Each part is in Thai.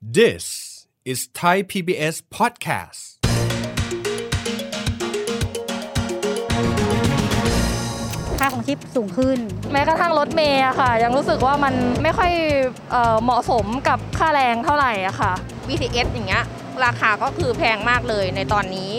This is Thai PBS podcast. ค่าของชีพสูงขึ้นแม้กระทั่งรถเมล์อะค่ะยังรู้สึกว่ามันไม่ค่อยเหมาะสมกับค่าแรงเท่าไหร่อะค่ะ BTS อย่างเงี้ยราคาก็คือแพงมากเลยในตอนนี้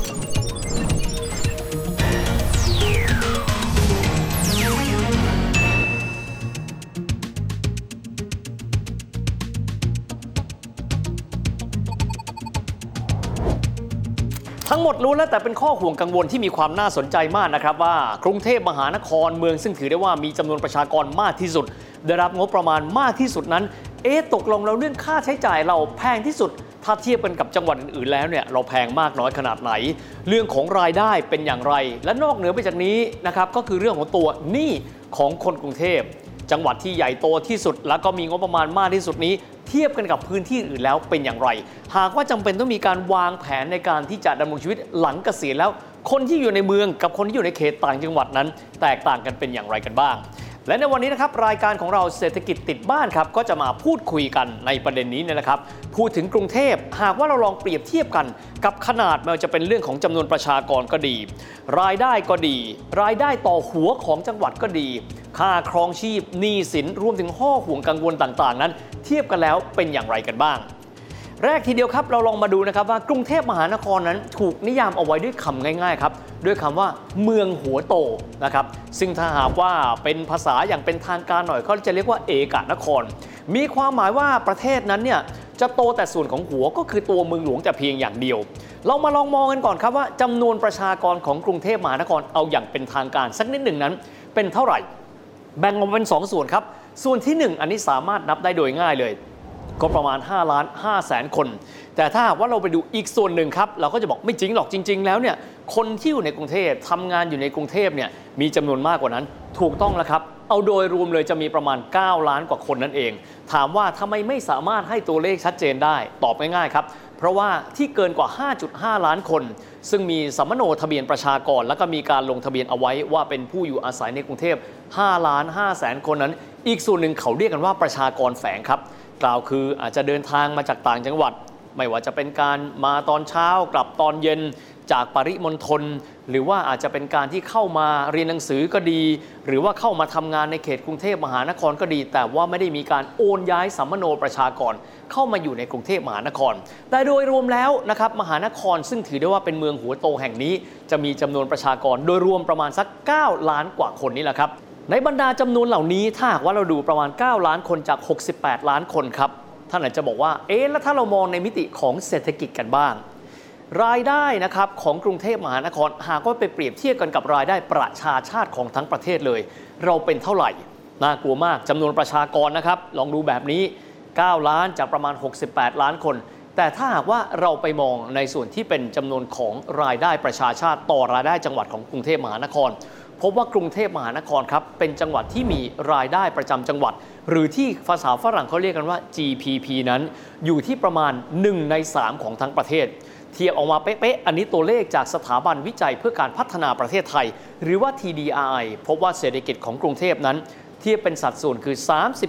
ทั้งหมดรู้แล้วแต่เป็นข้อห่วงกังวลที่มีความน่าสนใจมากนะครับว่ากรุงเทพมหานครเมืองซึ่งถือได้ว่ามีจำนวนประชากรมากที่สุดได้รับงบประมาณมากที่สุดนั้นตกลงแล้วเรื่องค่าใช้จ่ายเราแพงที่สุดถ้าเทียบกันกับจังหวัดอื่นๆแล้วเนี่ยเราแพงมากน้อยขนาดไหนเรื่องของรายได้เป็นอย่างไรและนอกเหนือไปจากนี้นะครับก็คือเรื่องของตัวหนี้ของคนกรุงเทพจังหวัดที่ใหญ่โตที่สุดแล้วก็มีงบประมาณมากที่สุดนี้เทียบกันกับพื้นที่อื่นแล้วเป็นอย่างไรหากว่าจำเป็นต้องมีการวางแผนในการที่จะดำรงชีวิตหลังเกษียณแล้วคนที่อยู่ในเมืองกับคนที่อยู่ในเขตต่างจังหวัดนั้นแตกต่างกันเป็นอย่างไรกันบ้างและในวันนี้นะครับรายการของเราเศรษฐกิจติดบ้านครับก็จะมาพูดคุยกันในประเด็นนี้นะครับพูดถึงกรุงเทพหากว่าเราลองเปรียบเทียบกันกับขนาดไม่ว่าจะเป็นเรื่องของจำนวนประชากรก็ดีรายได้ก็ดีรายได้ต่อหัวของจังหวัดก็ดีค่าครองชีพหนี้สินรวมถึงข้อห่วงกังวลต่างๆนั้นเทียบกันแล้วเป็นอย่างไรกันบ้างแรกทีเดียวครับเราลองมาดูนะครับว่ากรุงเทพมหานครนั้นถูกนิยามเอาไว้ด้วยคำง่ายๆครับด้วยคำว่าเมืองหัวโตนะครับซึ่งถ้าหากว่าเป็นภาษาอย่างเป็นทางการหน่อยเขาจะเรียกว่าเอกนครมีความหมายว่าประเทศนั้นเนี่ยจะโตแต่ส่วนของหัวก็คือตัวเมืองหลวงแต่เพียงอย่างเดียวเรามาลองมองกันก่อนครับว่าจำนวนประชากรของกรุงเทพมหานครเอาอย่างเป็นทางการสักนิดหนึ่งนั้นเป็นเท่าไหร่แบ่งออกเป็น2ส่วนครับส่วนที่1อันนี้สามารถนับได้โดยง่ายเลยก็ประมาณ5,500,000 คนแต่ถ้าหากว่าเราไปดูอีกส่วนหนึ่งครับเราก็จะบอกไม่จริงหรอกจริงๆแล้วเนี่ยคนที่อยู่ในกรุงเทพทำงานอยู่ในกรุงเทพเนี่ยมีจำนวนมากกว่านั้นถูกต้องแล้วครับเอาโดยรวมเลยจะมีประมาณ9ล้านกว่าคนนั่นเองถามว่าทำไมไม่สามารถให้ตัวเลขชัดเจนได้ตอบง่ายๆครับเพราะว่าที่เกินกว่า 5.5 ล้านคนซึ่งมีสัมมโนทะเบียนประชากรแล้วก็มีการลงทะเบียนเอาไว้ว่าเป็นผู้อยู่อาศัยในกรุงเทพ5,500,000 คนนั้นอีกส่วนหนึ่งเขาเรียกกันว่าประชากรแฝงครับกล่าวคืออาจจะเดินทางมาจากต่างจังหวัดไม่ว่าจะเป็นการมาตอนเช้ากลับตอนเย็นจากปริมณฑลหรือว่าอาจจะเป็นการที่เข้ามาเรียนหนังสือก็ดีหรือว่าเข้ามาทำงานในเขตกรุงเทพมหานครก็ดีแต่ว่าไม่ได้มีการโอนย้ายสัมมโนประชากรเข้ามาอยู่ในกรุงเทพมหานครแต่โดยรวมแล้วนะครับมหานครซึ่งถือได้ว่าเป็นเมืองหัวโตแห่งนี้จะมีจำนวนประชากรโดยรวมประมาณสัก9ล้านกว่าคนนี่แหละครับในบรรดาจำนวนเหล่านี้ถ้าหากว่าเราดูประมาณ9ล้านคนจาก68ล้านคนครับท่านอาจจะบอกว่าแล้วถ้าเรามองในมิติของเศรษฐกิจกันบ้างรายได้นะครับของกรุงเทพมหานครหากว่าไปเปรียบเทียบกันกับรายได้ประชาชาติของทั้งประเทศเลยเราเป็นเท่าไหร่น่ากลัวมากจำนวนประชากรนะครับลองดูแบบนี้9ล้านจากประมาณ68ล้านคนแต่ถ้าหากว่าเราไปมองในส่วนที่เป็นจำนวนของรายได้ประชาชาติต่อรายได้จังหวัดของกรุงเทพมหานครพบว่ากรุงเทพมหานครครับเป็นจังหวัดที่มีรายได้ประจำจังหวัดหรือที่ภาษาฝรั่งเขาเรียกกันว่า GPP นั้นอยู่ที่ประมาณ1ใน3ของทั้งประเทศเทียบออกมาเป๊ะๆอันนี้ตัวเลขจากสถาบันวิจัยเพื่อการพัฒนาประเทศไทยหรือว่า TDI พบว่าเศรษฐกิจของกรุงเทพนั้นเทียบเป็นสัดส่วนคือ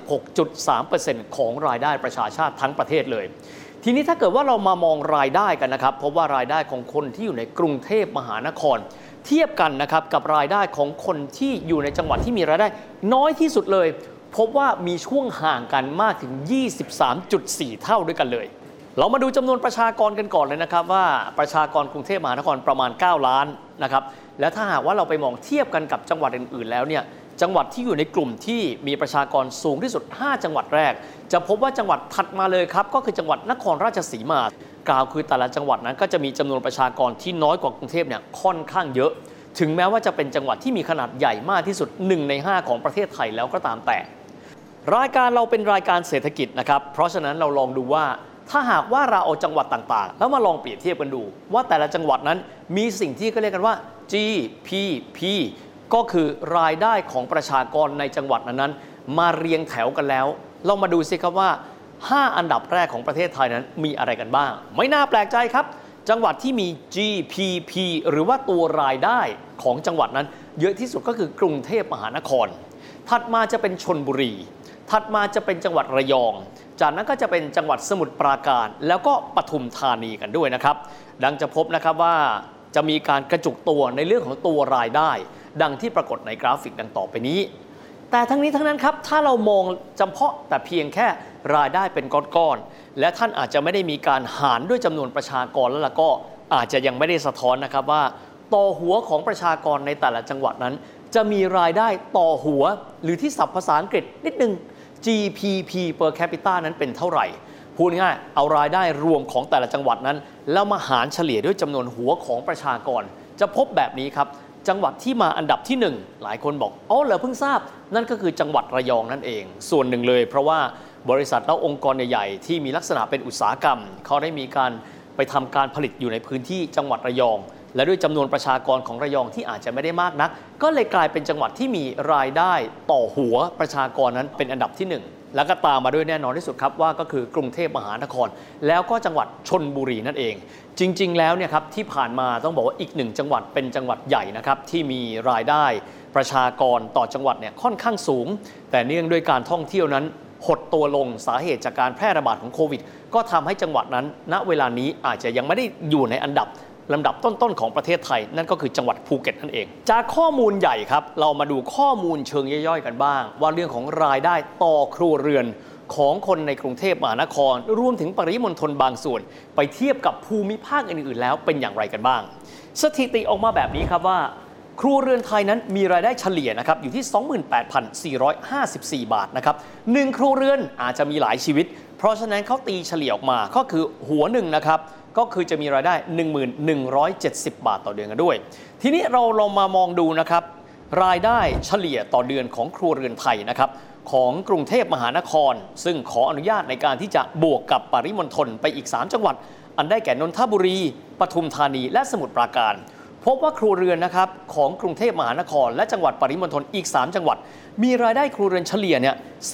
36.3% ของรายได้ประชาชาติทั้งประเทศเลยทีนี้ถ้าเกิดว่าเรามามองรายได้กันนะครับพบว่ารายได้ของคนที่อยู่ในกรุงเทพมหานครเทียบกันนะครับกับรายได้ของคนที่อยู่ในจังหวัดที่มีรายได้น้อยที่สุดเลยพบว่ามีช่วงห่างกันมากถึง 23.4 เท่าด้วยกันเลยเรามาดูจำนวนประชากรกันก่อนเลยนะครับว่าประชากรกรุงเทพมหานครประมาณ9ล้านนะครับและถ้าหากว่าเราไปมองเทียบกันกับจังหวัดอื่นๆแล้วเนี่ยจังหวัดที่อยู่ในกลุ่มที่มีประชากรสูงที่สุด5จังหวัดแรกจะพบว่าจังหวัดถัดมาเลยครับก็คือจังหวัดนครราชสีมากล่าวคือแต่ละจังหวัดนั้นก็จะมีจำนวนประชากรที่น้อยกว่ากรุงเทพเนี่ยค่อนข้างเยอะถึงแม้ว่าจะเป็นจังหวัดที่มีขนาดใหญ่มากที่สุด1ใน5ของประเทศไทยแล้วก็ตามแต่รายการเราเป็นรายการเศรษฐกิจนะครับเพราะฉะนั้นเราลองดูว่าถ้าหากว่าเราเอาจังหวัดต่างๆแล้วมาลองเปรียบเทียบกันดูว่าแต่ละจังหวัดนั้นมีสิ่งที่เขาเรียกกันว่า GPP ก็คือรายได้ของประชากรในจังหวัดนั้นๆมาเรียงแถวกันแล้วลองมาดูสิครับว่า5อันดับแรกของประเทศไทยนั้นมีอะไรกันบ้างไม่น่าแปลกใจครับจังหวัดที่มี GPP หรือว่าตัวรายได้ของจังหวัดนั้นเยอะที่สุดก็คือกรุงเทพมหานครถัดมาจะเป็นชลบุรีถัดมาจะเป็นจังหวัดระยองจากนั้นก็จะเป็นจังหวัดสมุทรปราการแล้วก็ปทุมธานีกันด้วยนะครับดังจะพบนะครับว่าจะมีการกระจุกตัวในเรื่องของตัวรายได้ดังที่ปรากฏในกราฟิกดังต่อไปนี้แต่ทั้งนี้ทั้งนั้นครับถ้าเรามองเฉพาะแต่เพียงแค่รายได้เป็นก้อนๆและท่านอาจจะไม่ได้มีการหารด้วยจำนวนประชากรแล้วก็อาจจะยังไม่ได้สะท้อนนะครับว่าต่อหัวของประชากรในแต่ละจังหวัดนั้นจะมีรายได้ต่อหัวหรือที่ศัพท์ภาษาอังกฤษนิดนึง GPP per capita นั้นเป็นเท่าไหร่พูดง่ายเอารายได้รวมของแต่ละจังหวัดนั้นแล้วมาหารเฉลี่ยด้วยจำนวนหัวของประชากรจะพบแบบนี้ครับจังหวัดที่มาอันดับที่1หลายคนบอกอ๋อเหรอเพิ่งทราบนั่นก็คือจังหวัดระยองนั่นเองส่วนหนึ่งเลยเพราะว่าบริษัทและองค์กรใหญ่ๆที่มีลักษณะเป็นอุตสาหกรรมเขาได้มีการไปทำการผลิตอยู่ในพื้นที่จังหวัดระยองและด้วยจำนวนประชากรของระยองที่อาจจะไม่ได้มากนักก็เลยกลายเป็นจังหวัดที่มีรายได้ต่อหัวประชากรนั้นเป็นอันดับที่1แล้วก็ตามมาด้วยแน่นอนที่สุดครับว่าก็คือกรุงเทพมหานครแล้วก็จังหวัดชลบุรีนั่นเองจริงๆแล้วเนี่ยครับที่ผ่านมาต้องบอกว่าอีก1จังหวัดเป็นจังหวัดใหญ่นะครับที่มีรายได้ประชากรต่อจังหวัดเนี่ยค่อนข้างสูงแต่เนื่องด้วยการท่องเที่ยวนั้นหดตัวลงสาเหตุจากการแพร่ระบาดของโควิดก็ทำให้จังหวัดนั้นณเวลานี้อาจจะยังไม่ได้อยู่ในลำดับต้นๆของประเทศไทยนั่นก็คือจังหวัดภูเก็ตนั่นเองจากข้อมูลใหญ่ครับเรามาดูข้อมูลเชิงย่อยๆกันบ้างว่าเรื่องของรายได้ต่อครัวเรือนของคนในกรุงเทพมหานครรวมถึงปริมณฑลบางส่วนไปเทียบกับภูมิภาคอื่นๆแล้วเป็นอย่างไรกันบ้างสถิติออกมาแบบนี้ครับว่าครัวเรือนไทยนั้นมีรายได้เฉลี่ยนะครับอยู่ที่ 28,454 บาทนะครับ1ครัวเรือนอาจจะมีหลายชีวิตเพราะฉะนั้นเขาตีเฉลี่ยออกมาก็คือหัวหนึ่งนะครับก็คือจะมีรายได้ 1170 บาทต่อเดือนกันด้วยทีนี้เราลองมามองดูนะครับรายได้เฉลี่ยต่อเดือนของครัวเรือนไทยนะครับของกรุงเทพมหานครซึ่งขออนุญาตในการที่จะบวกกับปริมณฑลไปอีก3จังหวัดอันได้แก่นนทบุรีปทุมธานีและสมุทรปราการพบว่าครัวเรือนนะครับของกรุงเทพมหานครและจังหวัดปริมณฑลอีก3จังหวัดมีรายได้ครัวเรือนเฉลี่ยเนี่ย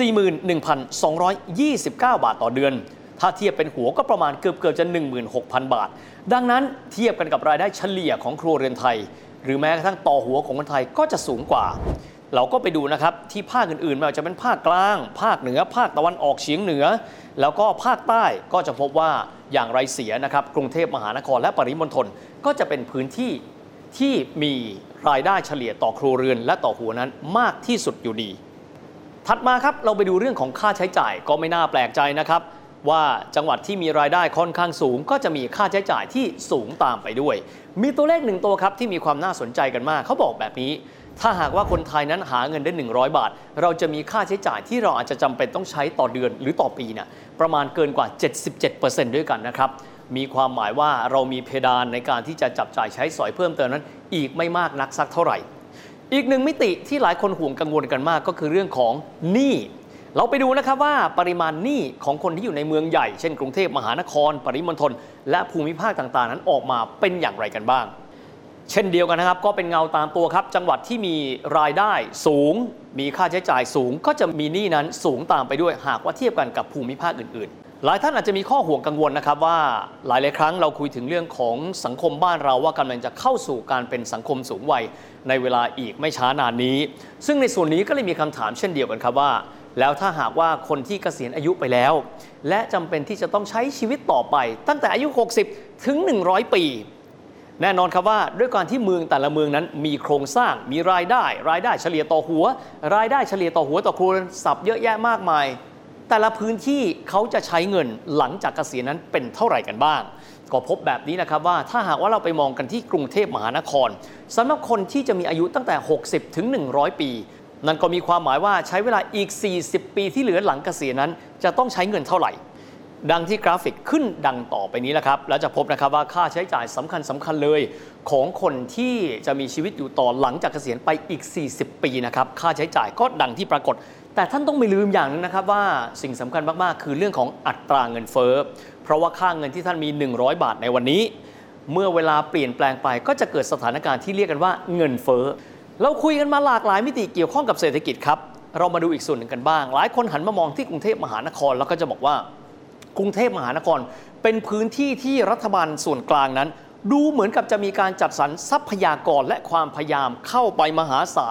41,229 บาทต่อเดือนถ้าเทียบเป็นหัวก็ประมาณเกือบจะ 16,000 บาทดังนั้นเทียบกันกับรายได้เฉลี่ยของครัวเรือนไทยหรือแม้กระทั่งต่อหัวของคนไทยก็จะสูงกว่าเราก็ไปดูนะครับที่ภาคอื่นๆไม่ว่าจะเป็นภาคกลางภาคเหนือภาคตะวันออกเฉียงเหนือแล้วก็ภาคใต้ก็จะพบว่าอย่างไรเสียนะครับกรุงเทพมหานครและปริมณฑลก็จะเป็นพื้นที่ที่มีรายได้เฉลี่ยต่อครัวเรือนและต่อหัวนั้นมากที่สุดอยู่ดีถัดมาครับเราไปดูเรื่องของค่าใช้จ่ายก็ไม่น่าแปลกใจนะครับว่าจังหวัดที่มีรายได้ค่อนข้างสูงก็จะมีค่าใช้จ่ายที่สูงตามไปด้วยมีตัวเลข1ตัวครับที่มีความน่าสนใจกันมากเขาบอกแบบนี้ถ้าหากว่าคนไทยนั้นหาเงินได้100บาทเราจะมีค่าใช้จ่ายที่เราอาจจะจำเป็นต้องใช้ต่อเดือนหรือต่อปีเนี่ยประมาณเกินกว่า 77% ด้วยกันนะครับมีความหมายว่าเรามีเพดานในการที่จะจับจ่ายใช้สอยเพิ่มเติมนั้นอีกไม่มากนักสักเท่าไหร่อีกหนึ่งมิติที่หลายคนห่วงกังวลกันมากก็คือเรื่องของหนี้เราไปดูนะครับว่าปริมาณหนี้ของคนที่อยู่ในเมืองใหญ่เช่นกรุงเทพมหานครปริมณฑลและภูมิภาคต่างๆนั้นออกมาเป็นอย่างไรกันบ้างเช่นเดียวกันนะครับก็เป็นเงาตามตัวครับจังหวัดที่มีรายได้สูงมีค่าใช้จ่ายสูงก็จะมีหนี้นั้นสูงตามไปด้วยหากว่าเทียบกันกับภูมิภาคอื่นๆหลายท่านอาจจะมีข้อห่วงกังวลนะครับว่าหลายครั้งเราคุยถึงเรื่องของสังคมบ้านเราว่ากำลังจะเข้าสู่การเป็นสังคมสูงวัยในเวลาอีกไม่ช้านานนี้ซึ่งในส่วนนี้ก็เลยมีคำถามเช่นเดียวกันครับว่าแล้วถ้าหากว่าคนที่เกษียณอายุไปแล้วและจำเป็นที่จะต้องใช้ชีวิตต่อไปตั้งแต่อายุ60ถึง100ปีแน่นอนครับว่าด้วยการที่เมืองแต่ละเมืองนั้นมีโครงสร้างมีรายได้เฉลี่ยต่อหัวรายได้เฉลี่ยต่อหัวต่อครัวเรือนสับเยอะแยะมากมายแต่ละพื้นที่เขาจะใช้เงินหลังจากเกษียณนั้นเป็นเท่าไหร่กันบ้างก็พบแบบนี้นะครับว่าถ้าหากว่าเราไปมองกันที่กรุงเทพมหานครสำหรับคนที่จะมีอายุตั้งแต่60ถึง100ปีนั่นก็มีความหมายว่าใช้เวลาอีก40ปีที่เหลือหลังเกษียณนั้นจะต้องใช้เงินเท่าไหร่ดังที่กราฟิกขึ้นดังต่อไปนี้แหละครับแล้วจะพบนะครับว่าค่าใช้จ่ายสำคัญเลยของคนที่จะมีชีวิตอยู่ต่อหลังจากเกษียณไปอีก40ปีนะครับค่าใช้จ่ายก็ดังที่ปรากฏแต่ท่านต้องไม่ลืมอย่างนึงนะครับว่าสิ่งสำคัญมากๆคือเรื่องของอัตราเงินเฟ้อเพราะว่าค่าเงินที่ท่านมี100บาทในวันนี้เมื่อเวลาเปลี่ยนแปลงไปก็จะเกิดสถานการณ์ที่เรียกกันว่าเงินเฟ้อเราคุยกันมาหลากหลายมิติเกี่ยวข้องกับเศรษฐกิจครับเรามาดูอีกส่วนหนึ่งกันบ้างหลายคนหันมามองที่กรุงเทพมหานครแล้วก็จะบอกว่ากรุงเทพมหานครเป็นพื้นที่ที่รัฐบาลส่วนกลางนั้นดูเหมือนกับจะมีการจัดสรรทรัพยากรและความพยายามเข้าไปมหาศาล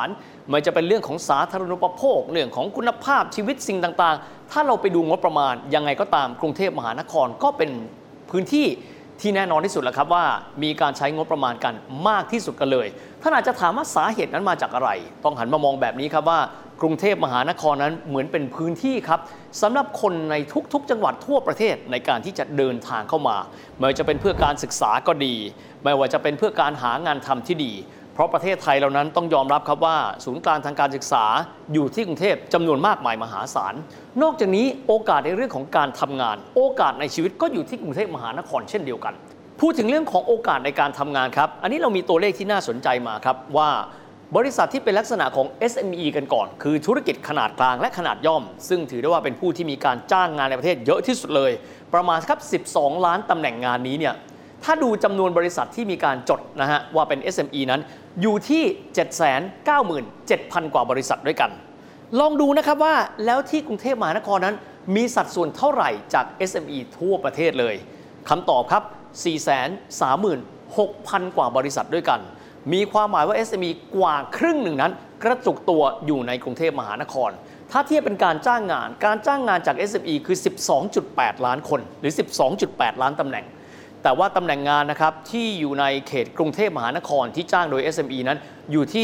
ไม่จะเป็นเรื่องของสาธารณูปโภคเรื่องของคุณภาพชีวิตสิ่งต่างๆถ้าเราไปดูงบประมาณยังไงก็ตามกรุงเทพมหานครก็เป็นพื้นที่ที่แน่นอนที่สุดแล้วครับว่ามีการใช้งบประมาณกันมากที่สุดกันเลยท่านอาจจะถามว่าสาเหตุนั้นมาจากอะไรต้องหันมามองแบบนี้ครับว่ากรุงเทพมหานครนั้นเหมือนเป็นพื้นที่ครับสำหรับคนในทุกๆจังหวัดทั่วประเทศในการที่จะเดินทางเข้ามาไม่ว่าจะเป็นเพื่อการศึกษาก็ดีไม่ว่าจะเป็นเพื่อการหางานทำที่ดีเพราะประเทศไทยเรานั้นต้องยอมรับครับว่าศูนย์กลางทางการศึกษาอยู่ที่กรุงเทพจำนวนมากมายมหาศาลนอกจากนี้โอกาสในเรื่องของการทำงานโอกาสในชีวิตก็อยู่ที่กรุงเทพมหานครเช่นเดียวกันพูดถึงเรื่องของโอกาสในการทำงานครับอันนี้เรามีตัวเลขที่น่าสนใจมาครับว่าบริษัทที่เป็นลักษณะของ SME กันก่อนคือธุรกิจขนาดกลางและขนาดย่อมซึ่งถือได้ว่าเป็นผู้ที่มีการจ้างงานในประเทศเยอะที่สุดเลยประมาณครับ12ล้านตำแหน่งงานนี้เนี่ยถ้าดูจำนวนบริษัทที่มีการจดนะฮะว่าเป็น SME นั้นอยู่ที่ 797,000 กว่าบริษัทด้วยกันลองดูนะครับว่าแล้วที่กรุงเทพมหานครนั้นมีสัดส่วนเท่าไหร่จาก SME ทั่วประเทศเลยคำตอบครับ 436,000 กว่าบริษัทด้วยกันมีความหมายว่า SME กว่าครึ่งหนึ่งนั้นกระจุกตัวอยู่ในกรุงเทพมหานครถ้าเทียบเป็นการจ้างงานจาก SME คือ 12.8 ล้านคนหรือ 12.8 ล้านตำแหน่งแต่ว่าตำแหน่งงานนะครับที่อยู่ในเขตกรุงเทพมหานครที่จ้างโดย SME นั้นอยู่ที่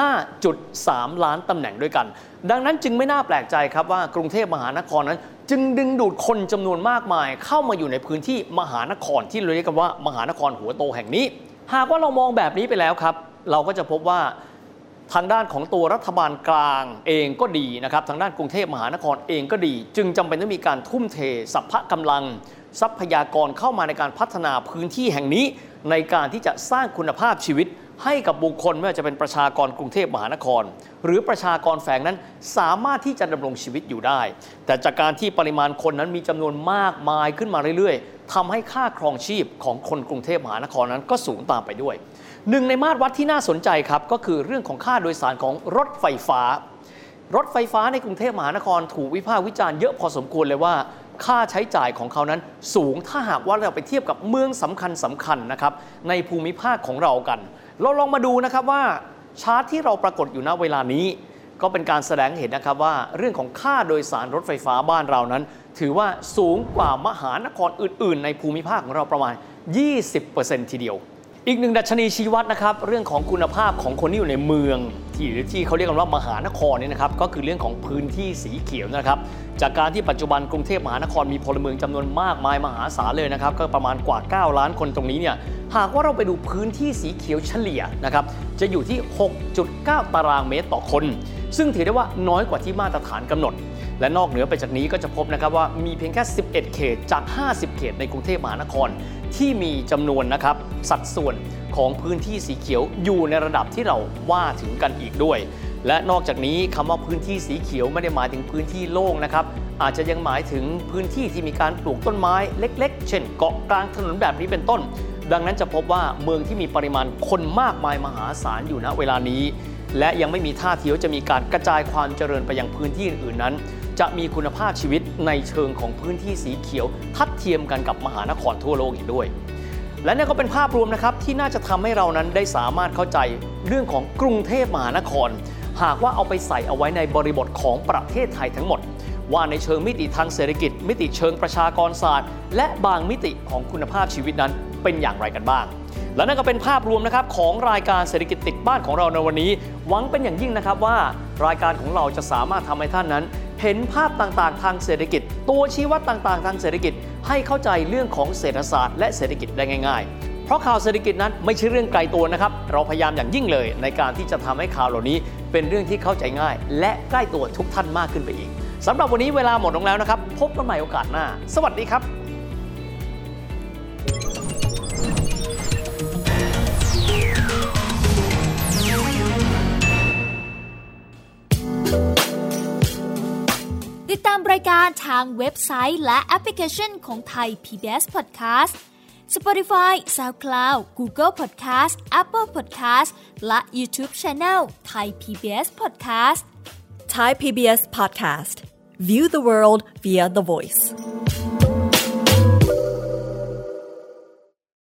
5.3 ล้านตำแหน่งด้วยกันดังนั้นจึงไม่น่าแปลกใจครับว่ากรุงเทพมหานครนั้นจึงดึงดูดคนจำนวนมากมายเข้ามาอยู่ในพื้นที่มหานครที่เราเรียกกันว่ามหานครหัวโตแห่งนี้หากว่าเรามองแบบนี้ไปแล้วครับเราก็จะพบว่าทางด้านของตัวรัฐบาลกลางเองก็ดีนะครับทางด้านกรุงเทพมหานครเองก็ดีจึงจำเป็นต้องมีการทุ่มเทสรรพกำลังทรัพยากรเข้ามาในการพัฒนาพื้นที่แห่งนี้ในการที่จะสร้างคุณภาพชีวิตให้กับบุคคลไม่ว่าจะเป็นประชากรกรุงเทพมหานครหรือประชากรแฝงนั้นสามารถที่จะดำรงชีวิตอยู่ได้แต่จากการที่ปริมาณคนนั้นมีจำนวนมากมายขึ้นมาเรื่อยๆทำให้ค่าครองชีพของคนกรุงเทพมหานครนั้นก็สูงตามไปด้วยหนึ่งในมาตรวัดที่น่าสนใจครับก็คือเรื่องของค่าโดยสารของรถไฟฟ้ารถไฟฟ้าในกรุงเทพมหานครถูกวิพากษ์วิจารณ์เยอะพอสมควรเลยว่าค่าใช้จ่ายของเขานั้นสูงถ้าหากว่าเราไปเทียบกับเมืองสำคัญนะครับในภูมิภาคของเรากันเราลองมาดูนะครับว่าชาร์ตที่เราปรากฏอยู่ณเวลานี้ก็เป็นการแสดงเห็นนะครับว่าเรื่องของค่าโดยสารรถไฟฟ้าบ้านเรานั้นถือว่าสูงกว่ามหานครอื่นๆในภูมิภาคของเราประมาณ 20% ทีเดียวอีกหนึ่งดัชนีชี้วัดนะครับเรื่องของคุณภาพของคนที่อยู่ในเมืองที่เขาเรียกกันว่ามหานครนี่นะครับก็คือเรื่องของพื้นที่สีเขียวนะครับจากการที่ปัจจุบันกรุงเทพมหานครมีพลเมืองจำนวนมากมายมหาศาลเลยนะครับก็ประมาณกว่า9ล้านคนตรงนี้เนี่ยหากว่าเราไปดูพื้นที่สีเขียวเฉลี่ยนะครับจะอยู่ที่ 6.9 ตารางเมตรต่อคนซึ่งถือได้ว่าน้อยกว่าที่มาตรฐานกำหนดและนอกเหนือไปจากนี้ก็จะพบนะครับว่ามีเพียงแค่11เขตจาก50เขตในกรุงเทพมหานครที่มีจำนวนนะครับสัดส่วนของพื้นที่สีเขียวอยู่ในระดับที่เราว่าถึงกันอีกด้วยและนอกจากนี้คำว่าพื้นที่สีเขียวไม่ได้หมายถึงพื้นที่โล่งนะครับอาจจะยังหมายถึงพื้นที่ที่มีการปลูกต้นไม้เล็กๆเช่นเกาะกลางถนนแบบนี้เป็นต้นดังนั้นจะพบว่าเมืองที่มีปริมาณคนมากมายมหาศาลอยู่ณเวลานี้และยังไม่มีท่าทีว่าจะมีการกระจายความเจริญไปยังพื้นที่อื่นๆนั้นจะมีคุณภาพชีวิตในเชิงของพื้นที่สีเขียวทัดเทียมกันกับมหานครทั่วโลกอีกด้วยและนี่ก็เป็นภาพรวมนะครับที่น่าจะทำให้เรานั้นได้สามารถเข้าใจเรื่องของกรุงเทพมหานครหากว่าเอาไปใส่เอาไว้ในบริบทของประเทศไทยทั้งหมดว่าในเชิงมิติทางเศรษฐกิจมิติเชิงประชากรศาสตร์และบางมิติของคุณภาพชีวิตนั้นเป็นอย่างไรกันบ้างและนั่นก็เป็นภาพรวมนะครับของรายการเศรษฐกิจติดบ้านของเราในวันนี้หวังเป็นอย่างยิ่งนะครับว่ารายการของเราจะสามารถทำให้ท่านนั้นเห็นภาพต่างๆทางเศรษฐกิจตัวชี้วัดต่างๆทางเศรษฐกิจให้เข้าใจเรื่องของเศรษฐศาสตร์และเศรษฐกิจได้ง่ายๆเพราะข่าวเศรษฐกิจนั้นไม่ใช่เรื่องไกลตัวนะครับเราพยายามอย่างยิ่งเลยในการที่จะทำให้ข่าวเหล่านี้เป็นเรื่องที่เข้าใจง่ายและใกล้ตัวทุกท่านมากขึ้นไปอีกสำหรับวันนี้เวลาหมดลงแล้วนะครับพบกันใหม่โอกาสหน้าสวัสดีครับติดตามรายการทางเว็บไซต์และแอปพลิเคชันของไทย PBS Podcast Spotify, SoundCloud, Google Podcast, Apple Podcast และ YouTube Channel Thai PBS Podcast Thai PBS Podcast. View the world via the voice.